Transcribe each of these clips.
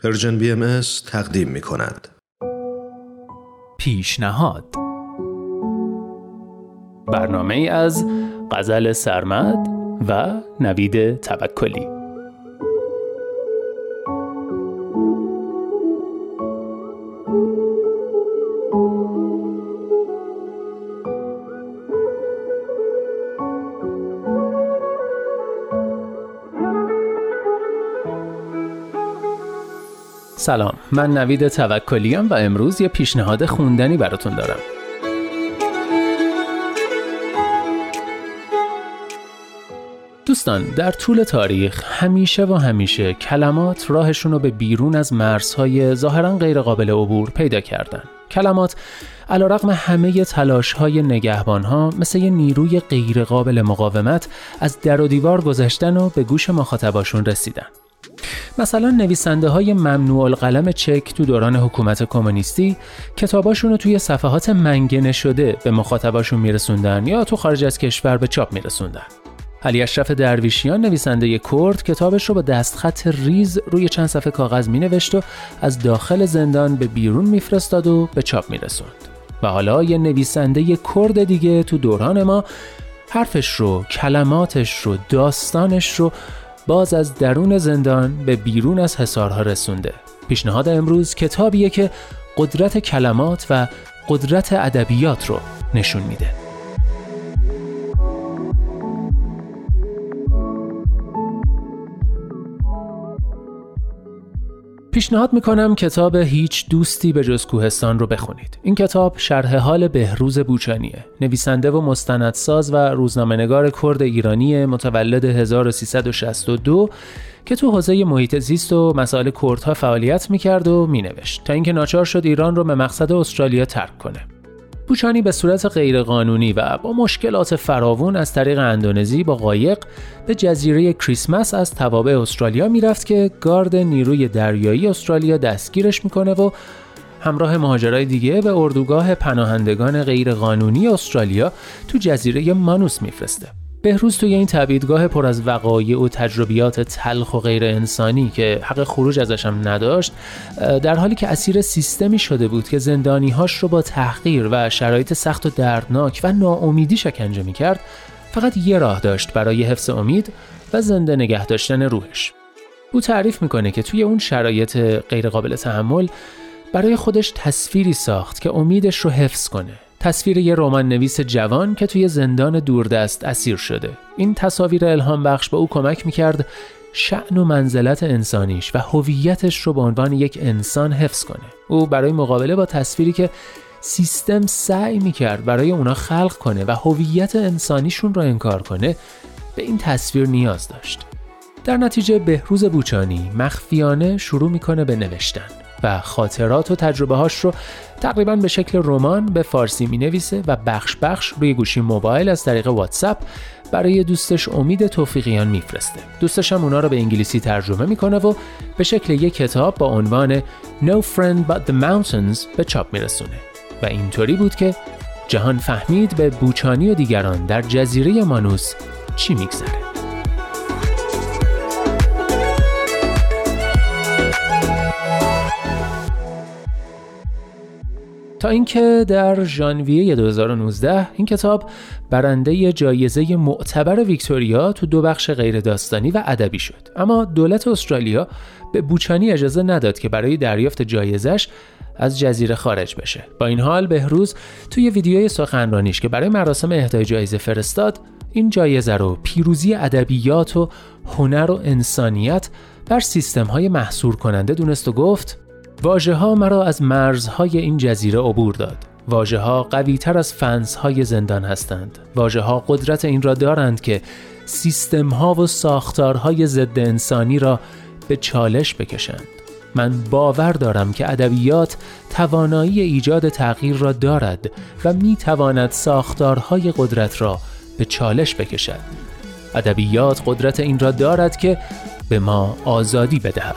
پرژن BMS تقدیم می کند. پیشنهاد، برنامه ای از غزل سرمد و نوید توکلی. سلام، من نوید توکلیم و امروز یه پیشنهاد خوندنی براتون دارم. دوستان، در طول تاریخ همیشه کلمات راهشون رو به بیرون از مرزهای ظاهراً غیر قابل عبور پیدا کردن. کلمات علیرغم همه تلاش‌های نگهبان‌ها مثل یه نیروی غیر قابل مقاومت از در و دیوار گذشتن و به گوش مخاطباشون رسیدن. مثلا نویسنده های ممنوع القلم چک تو دوران حکومت کمونیستی کتاباشون رو توی صفحات منگنه شده به مخاطباشون میرسوندن یا تو خارج از کشور به چاپ میرسوندن. علی اشرف درویشیان نویسنده کرد کتابش رو با دستخط ریز روی چند صفحه کاغذ مینوشت و از داخل زندان به بیرون میفرستاد و به چاپ میرسوند. و حالا یه نویسنده کرد دیگه تو دوران ما حرفش رو، کلماتش رو، داستانش رو باز از درون زندان به بیرون از حصارها رسونده. پیشنهاد امروز کتابیه که قدرت کلمات و قدرت ادبیات رو نشون میده. پیشنهاد میکنم کتاب هیچ دوستی به جز کوهستان رو بخونید. این کتاب شرح حال بهروز بوچانیه، نویسنده و مستندساز و روزنامه‌نگار کرد ایرانی متولد 1362 که تو حوزه محیط زیست و مسائل کردها فعالیت میکرد و مینوشت تا اینکه ناچار شد ایران رو به مقصد استرالیا ترک کنه. بوچانی به صورت غیرقانونی و با مشکلات فراوون از طریق اندونزی با قایق به جزیره کریسمس از توابع استرالیا میرفت که گارد نیروی دریایی استرالیا دستگیرش میکنه و همراه مهاجرای دیگه به اردوگاه پناهندگان غیرقانونی استرالیا تو جزیره مانوس میفرسته. بهروز توی این تبعیدگاه پر از وقایع و تجربیات تلخ و غیر انسانی که حق خروج ازش هم نداشت، در حالی که اسیر سیستمی شده بود که زندانی‌هاش رو با تحقیر و شرایط سخت و دردناک و ناامیدی شکنجه می‌کرد، فقط یه راه داشت برای حفظ امید و زنده نگه داشتن روحش. او تعریف می‌کنه که توی اون شرایط غیر قابل تحمل برای خودش تصویری ساخت که امیدش رو حفظ کنه. تصویر یه رمان نویس جوان که توی زندان دوردست اسیر شده. این تصاویر الهام بخش به او کمک میکرد شأن و منزلت انسانیش و هویتش رو به عنوان یک انسان حفظ کنه. او برای مقابله با تصویری که سیستم سعی میکرد برای اونا خلق کنه و هویت انسانیشون رو انکار کنه، به این تصویر نیاز داشت. در نتیجه بهروز بوچانی مخفیانه شروع میکنه به نوشتن و خاطرات و تجربه هاش رو تقریباً به شکل رمان به فارسی می نویسه و بخش روی گوشی موبایل از طریق واتساپ برای دوستش امید توفیقیان میفرسته. دوستش هم اونا رو به انگلیسی ترجمه میکنه و به شکل یک کتاب با عنوان No Friend But The Mountains به چاپ میرسونه. و اینطوری بود که جهان فهمید به بوچانی و دیگران در جزیره مانوس چی میگذره. تا اینکه در ژانویه 2019 این کتاب برنده جایزه معتبر ویکتوریا تو 2 بخش غیر داستانی و ادبی شد. اما دولت استرالیا به بوچانی اجازه نداد که برای دریافت جایزش از جزیره خارج بشه. با این حال بهروز توی ویدیوی سخنرانیش که برای مراسم اهدای جایزه فرستاد، این جایزه رو پیروزی ادبیات و هنر و انسانیت بر سیستم‌های محصور کننده دونست و گفت: واژه‌ها مرا از مرزهای این جزیره عبور داد. واژه‌ها قوی‌تر از فنس‌های زندان هستند. واژه‌ها قدرت این را دارند که سیستم‌ها و ساختارهای ضد انسانی را به چالش بکشند. من باور دارم که ادبیات توانایی ایجاد تغییر را دارد و می‌تواند ساختارهای قدرت را به چالش بکشد. ادبیات قدرت این را دارد که به ما آزادی بدهد.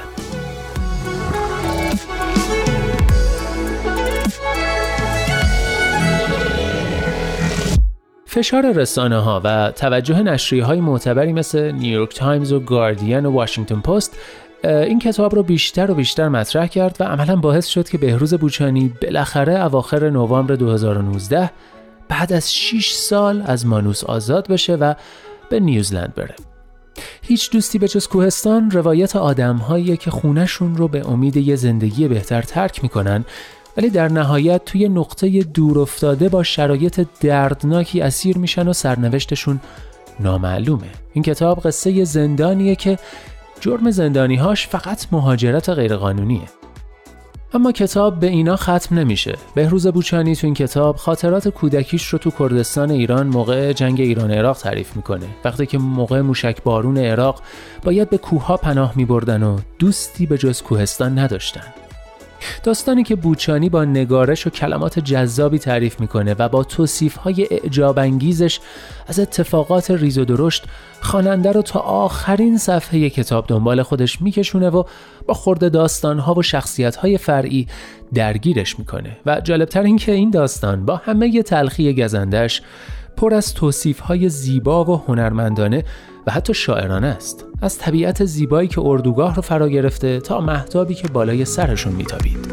فشار رسانه‌ها و توجه نشریه‌های معتبری مثل نیویورک تایمز و گاردین و واشنگتن پست این کتاب رو بیشتر و بیشتر مطرح کرد و عملاً باعث شد که بهروز بوچانی بالاخره اواخر نوامبر 2019 بعد از 6 سال از مانوس آزاد بشه و به نیوزلند بره. هیچ دوستی به جز کوهستان روایت آدم‌هایی که خونه‌شون رو به امید یه زندگی بهتر ترک میکنن، ولی در نهایت توی نقطه دور افتاده با شرایط دردناکی اسیر میشن و سرنوشتشون نامعلومه. این کتاب قصه زندانیه که جرم زندانی‌هاش فقط مهاجرت غیرقانونیه. اما کتاب به اینا ختم نمیشه. بهروز بوچانی تو این کتاب خاطرات کودکیش رو تو کردستان ایران موقع جنگ ایران عراق تعریف میکنه. وقتی که موقع موشک بارون عراق باید به کوه‌ها پناه میبردن و دوستی به جز کوهستان نداشتن. داستانی که بوچانی با نگارش و کلمات جذابی تعریف میکنه و با توصیف‌های اعجاب‌انگیزش از اتفاقات ریز و درشت خواننده رو تا آخرین صفحه کتاب دنبال خودش میکشونه و با خورده داستان‌ها و شخصیت‌های فرعی درگیرش میکنه. و جالبتر این که این داستان با همه تلخی گزندش پر از توصیف‌های زیبا و هنرمندانه و حتی شاعرانه است. از طبیعت زیبایی که اردوگاه رو فرا گرفته تا مهتابی که بالای سرشون میتابید.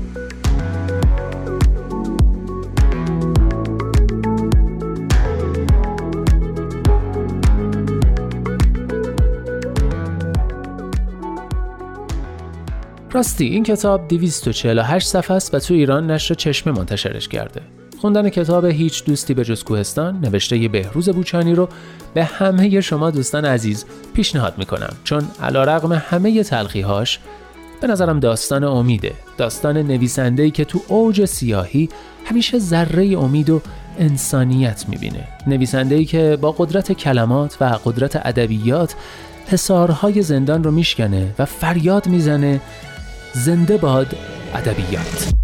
راستی این کتاب 248 صفحه است و تو ایران نشر چشمه منتشرش کرده. خوندن کتاب هیچ دوستی به جز کوهستان نوشته بهروز بوچانی رو به همه شما دوستان عزیز پیشنهاد میکنم، چون علیرغم همه تلخی‌هاش به نظرم داستان امیده. داستان نویسنده‌ای که تو اوج سیاهی همیشه ذره امید و انسانیت میبینه. نویسنده‌ای که با قدرت کلمات و قدرت ادبیات حصارهای زندان رو میشکنه و فریاد میزنه زنده باد ادبیات.